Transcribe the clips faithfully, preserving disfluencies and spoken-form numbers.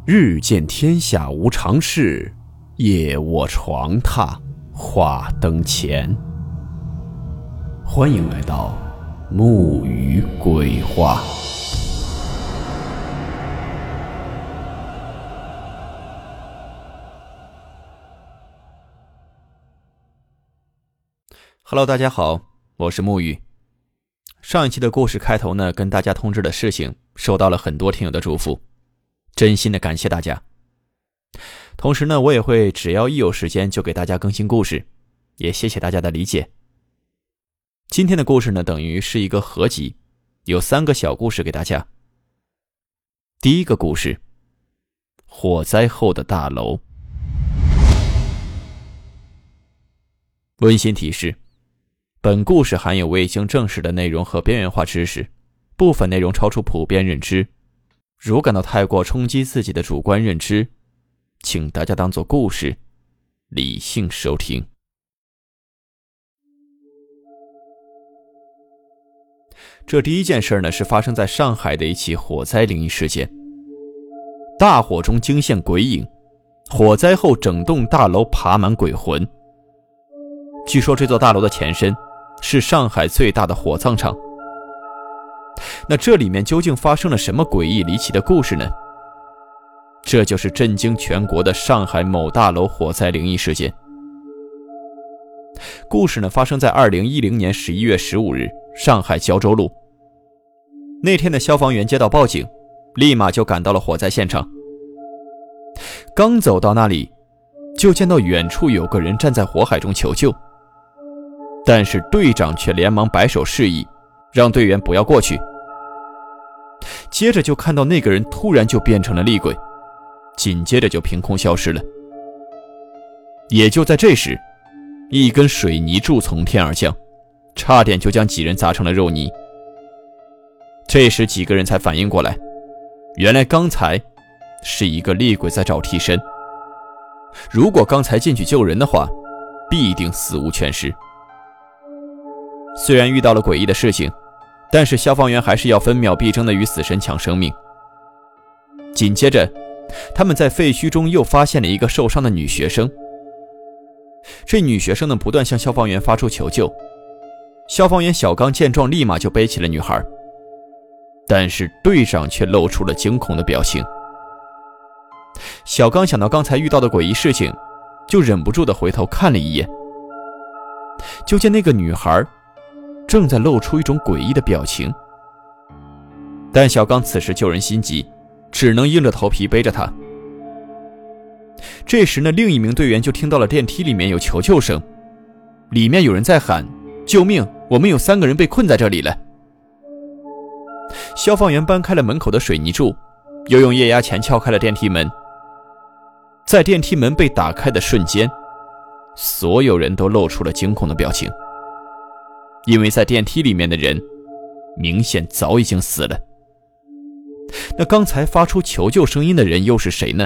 日见天下无常事，夜卧床榻话灯前。欢迎来到木鱼鬼话。Hello， 大家好，我是木鱼。上一期的故事开头呢，跟大家通知的事情受到了很多听友的祝福，真心的感谢大家。同时呢，我也会只要一有时间就给大家更新故事，也谢谢大家的理解。今天的故事呢，等于是一个合集，有三个小故事给大家。第一个故事，火灾后的大楼。温馨提示，本故事含有未经证实的内容和边缘化知识，部分内容超出普遍认知，如感到太过冲击自己的主观认知，请大家当作故事，理性收听。这第一件事呢，是发生在上海的一起火灾灵异事件。大火中惊现鬼影，火灾后整栋大楼爬满鬼魂。据说这座大楼的前身是上海最大的火葬场。那这里面究竟发生了什么诡异离奇的故事呢？这就是震惊全国的上海某大楼火灾灵异事件。故事呢，发生在二零一零年十一月十五日，上海胶州路。那天的消防员接到报警，立马就赶到了火灾现场。刚走到那里，就见到远处有个人站在火海中求救，但是队长却连忙摆手示意，让队员不要过去。接着就看到那个人突然就变成了厉鬼，紧接着就凭空消失了。也就在这时，一根水泥柱从天而降，差点就将几人砸成了肉泥。这时几个人才反应过来，原来刚才是一个厉鬼在找替身，如果刚才进去救人的话，必定死无全尸。虽然遇到了诡异的事情，但是消防员还是要分秒必争地与死神抢生命。紧接着，他们在废墟中又发现了一个受伤的女学生。这女学生呢，不断向消防员发出求救。消防员小刚见状，立马就背起了女孩，但是队长却露出了惊恐的表情。小刚想到刚才遇到的诡异事情，就忍不住地回头看了一眼，就见那个女孩正在露出一种诡异的表情。但小刚此时救人心急，只能硬着头皮背着她。这时呢，另一名队员就听到了电梯里面有求救声，里面有人在喊：救命，我们有三个人被困在这里了。消防员搬开了门口的水泥柱，又用液压钳敲开了电梯门。在电梯门被打开的瞬间，所有人都露出了惊恐的表情，因为在电梯里面的人明显早已经死了。那刚才发出求救声音的人又是谁呢？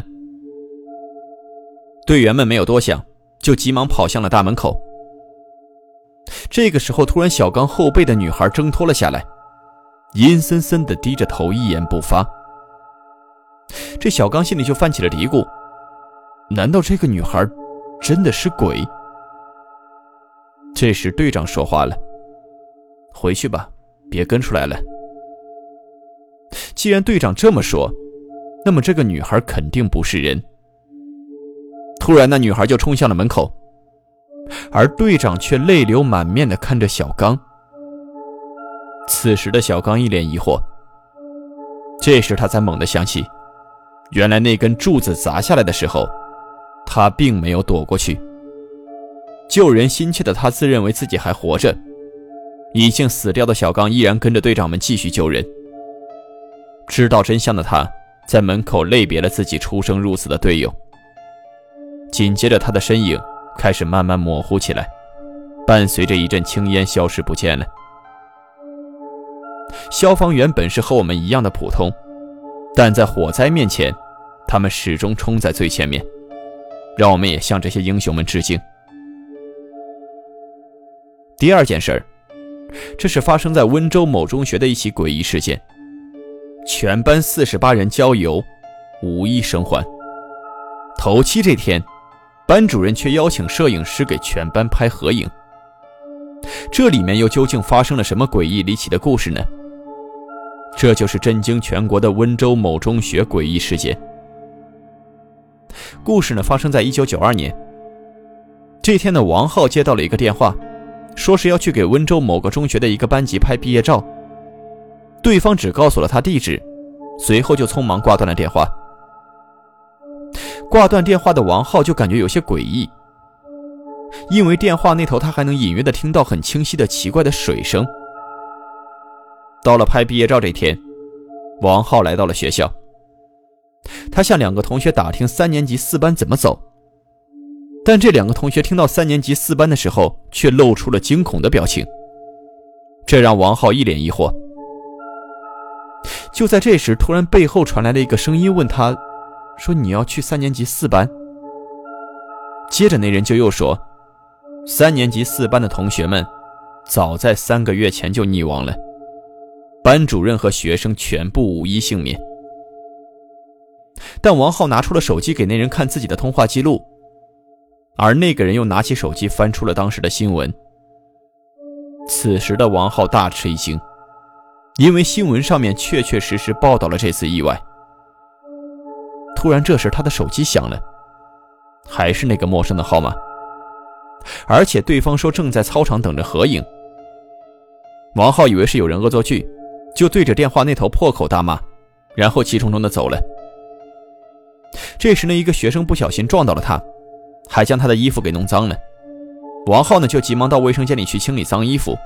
队员们没有多想，就急忙跑向了大门口。这个时候，突然小刚后背的女孩挣脱了下来，阴森森地低着头，一言不发。这小刚心里就泛起了嘀咕，难道这个女孩真的是鬼？这时队长说话了：回去吧，别跟出来了。既然队长这么说，那么这个女孩肯定不是人。突然那女孩就冲向了门口，而队长却泪流满面地看着小刚。此时的小刚一脸疑惑，这时他才猛地想起，原来那根柱子砸下来的时候，他并没有躲过去。救人心切的他自认为自己还活着，已经死掉的小刚依然跟着队长们继续救人。知道真相的他在门口类别了自己出生入死的队友。紧接着他的身影开始慢慢模糊起来，伴随着一阵青烟消失不见了。消防员本是和我们一样的普通，但在火灾面前，他们始终冲在最前面，让我们也向这些英雄们致敬。第二件事，这是发生在温州某中学的一起诡异事件。全班四十八人郊游， 无一生还。头七这天，班主任却邀请摄影师给全班拍合影。这里面又究竟发生了什么诡异离奇的故事呢？这就是震惊全国的温州某中学诡异事件。故事呢发生在一九九二年。这天的王浩接到了一个电话，说是要去给温州某个中学的一个班级拍毕业照。对方只告诉了他地址，随后就匆忙挂断了电话。挂断电话的王浩就感觉有些诡异，因为电话那头他还能隐约地听到很清晰的奇怪的水声。到了拍毕业照这天，王浩来到了学校，他向两个同学打听三年级四班怎么走，但这两个同学听到三年级四班的时候却露出了惊恐的表情，这让王浩一脸疑惑。就在这时，突然背后传来了一个声音，问他说：“你要去三年级四班？”接着那人就又说：“三年级四班的同学们早在三个月前就溺亡了，班主任和学生全部无一幸免。”但王浩拿出了手机给那人看自己的通话记录，而那个人又拿起手机翻出了当时的新闻。此时的王浩大吃一惊，因为新闻上面确确实实报道了这次意外。突然这时他的手机响了，还是那个陌生的号码，而且对方说正在操场等着合影。王浩以为是有人恶作剧，就对着电话那头破口大骂，然后气冲冲地走了。这时呢，一个学生不小心撞到了他，还将他的衣服给弄脏了。王浩呢就急忙到卫生间里去清理脏衣服。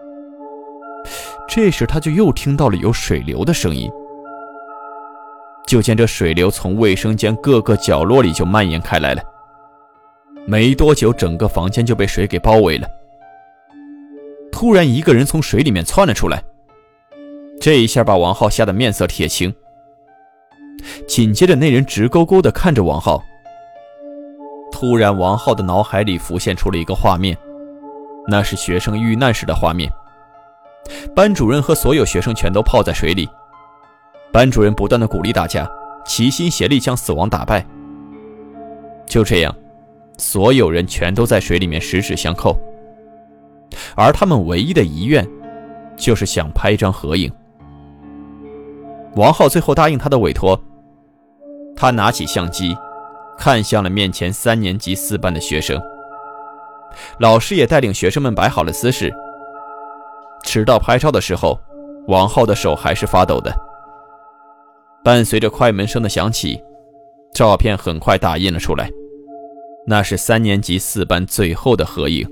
这时他就又听到了有水流的声音，就见这水流从卫生间各个角落里就蔓延开来了，没多久整个房间就被水给包围了。突然一个人从水里面窜了出来，这一下把王浩吓得面色铁青。紧接着那人直勾勾地看着王浩，突然王浩的脑海里浮现出了一个画面，那是学生遇难时的画面。班主任和所有学生全都泡在水里，班主任不断地鼓励大家齐心协力将死亡打败。就这样，所有人全都在水里面十指相扣，而他们唯一的遗愿就是想拍一张合影。王浩最后答应他的委托，他拿起相机看向了面前三年级四班的学生，老师也带领学生们摆好了姿势。直到拍照的时候，王浩的手还是发抖的。伴随着快门声的响起，照片很快打印了出来，那是三年级四班最后的合影。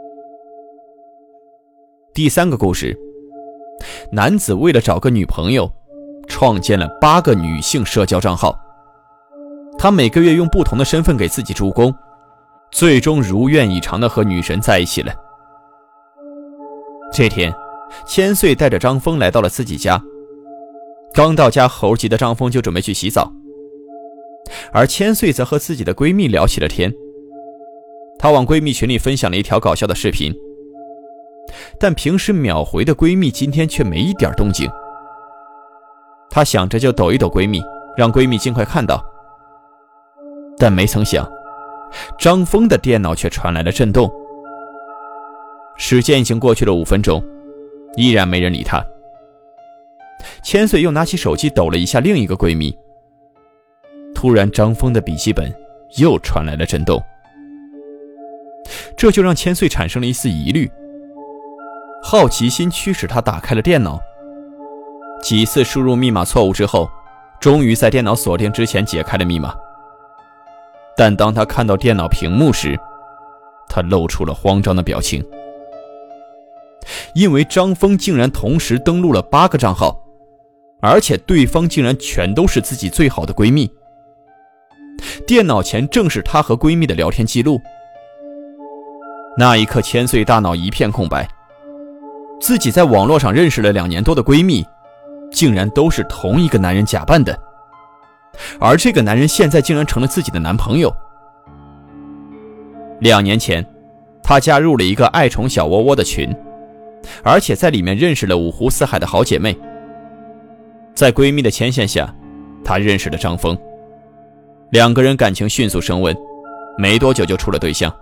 第三个故事，男子为了找个女朋友，创建了八个女性社交账号，他每个月用不同的身份给自己助攻，最终如愿以偿地和女神在一起了。这天，千岁带着张峰来到了自己家。刚到家，猴急的张峰就准备去洗澡，而千岁则和自己的闺蜜聊起了天。她往闺蜜群里分享了一条搞笑的视频，但平时秒回的闺蜜今天却没一点动静。她想着就抖一抖闺蜜，让闺蜜尽快看到。但没曾想，张峰的电脑却传来了震动。时间已经过去了五分钟，依然没人理他。千岁又拿起手机抖了一下另一个闺蜜，突然张峰的笔记本又传来了震动，这就让千岁产生了一丝疑虑。好奇心驱使他打开了电脑，几次输入密码错误之后，终于在电脑锁定之前解开了密码。但当他看到电脑屏幕时，他露出了慌张的表情，因为张峰竟然同时登录了八个账号，而且对方竟然全都是自己最好的闺蜜。电脑前正是她和闺蜜的聊天记录。那一刻，千岁大脑一片空白，自己在网络上认识了两年多的闺蜜，竟然都是同一个男人假扮的，而这个男人现在竟然成了自己的男朋友。两年前，她加入了一个爱宠小窝窝的群，而且在里面认识了五湖四海的好姐妹。在闺蜜的牵线下， 他认识了张峰，两个人感情迅速升温，没多久就处了对象。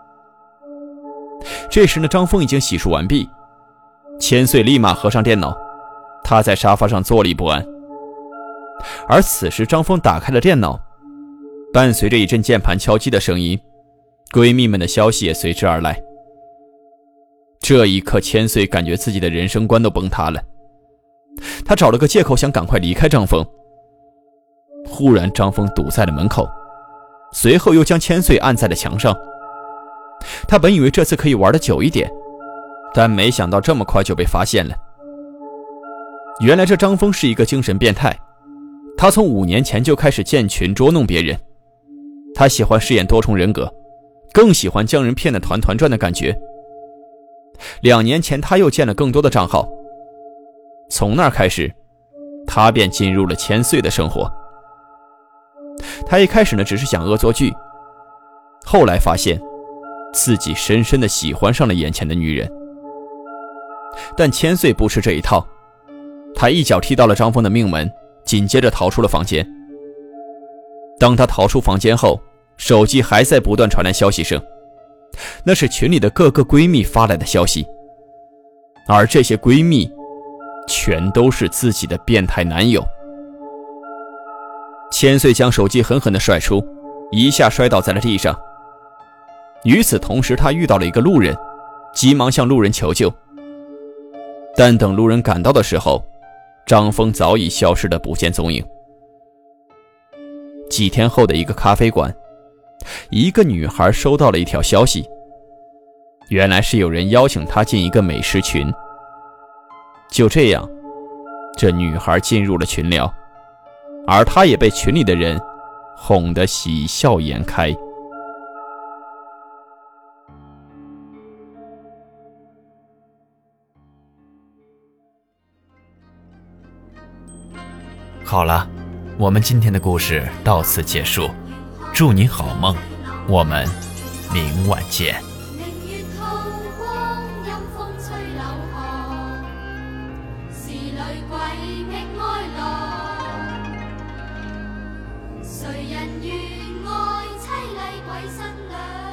这时呢，张峰已经洗漱完毕，千岁立马合上电脑，他在沙发上坐立不安。而此时张峰打开了电脑，伴随着一阵键盘敲击的声音，闺蜜们的消息也随之而来。这一刻，千岁感觉自己的人生观都崩塌了，他找了个借口想赶快离开张峰。忽然张峰堵在了门口，随后又将千岁按在了墙上。他本以为这次可以玩得久一点，但没想到这么快就被发现了。原来这张峰是一个精神变态，他从五年前就开始建群捉弄别人。他喜欢饰演多重人格，更喜欢将人骗得团团转的感觉。两年前他又建了更多的账号，从那儿开始，他便进入了千岁的生活。他一开始呢只是想恶作剧，后来发现自己深深地喜欢上了眼前的女人。但千岁不吃这一套，他一脚踢到了张峰的命门，紧接着逃出了房间。当他逃出房间后，手机还在不断传来消息声，那是群里的各个闺蜜发来的消息，而这些闺蜜全都是自己的变态男友。千岁将手机狠狠地甩出，一下摔倒在了地上。与此同时，他遇到了一个路人，急忙向路人求救。但等路人赶到的时候，张峰早已消失得不见踪影。几天后的一个咖啡馆，一个女孩收到了一条消息，原来是有人邀请她进一个美食群。就这样，这女孩进入了群聊，而她也被群里的人哄得喜笑颜开。 好了，我们今天的故事到此结束，祝你好梦，我们明晚见。 谁人愿爱凄厉鬼新娘？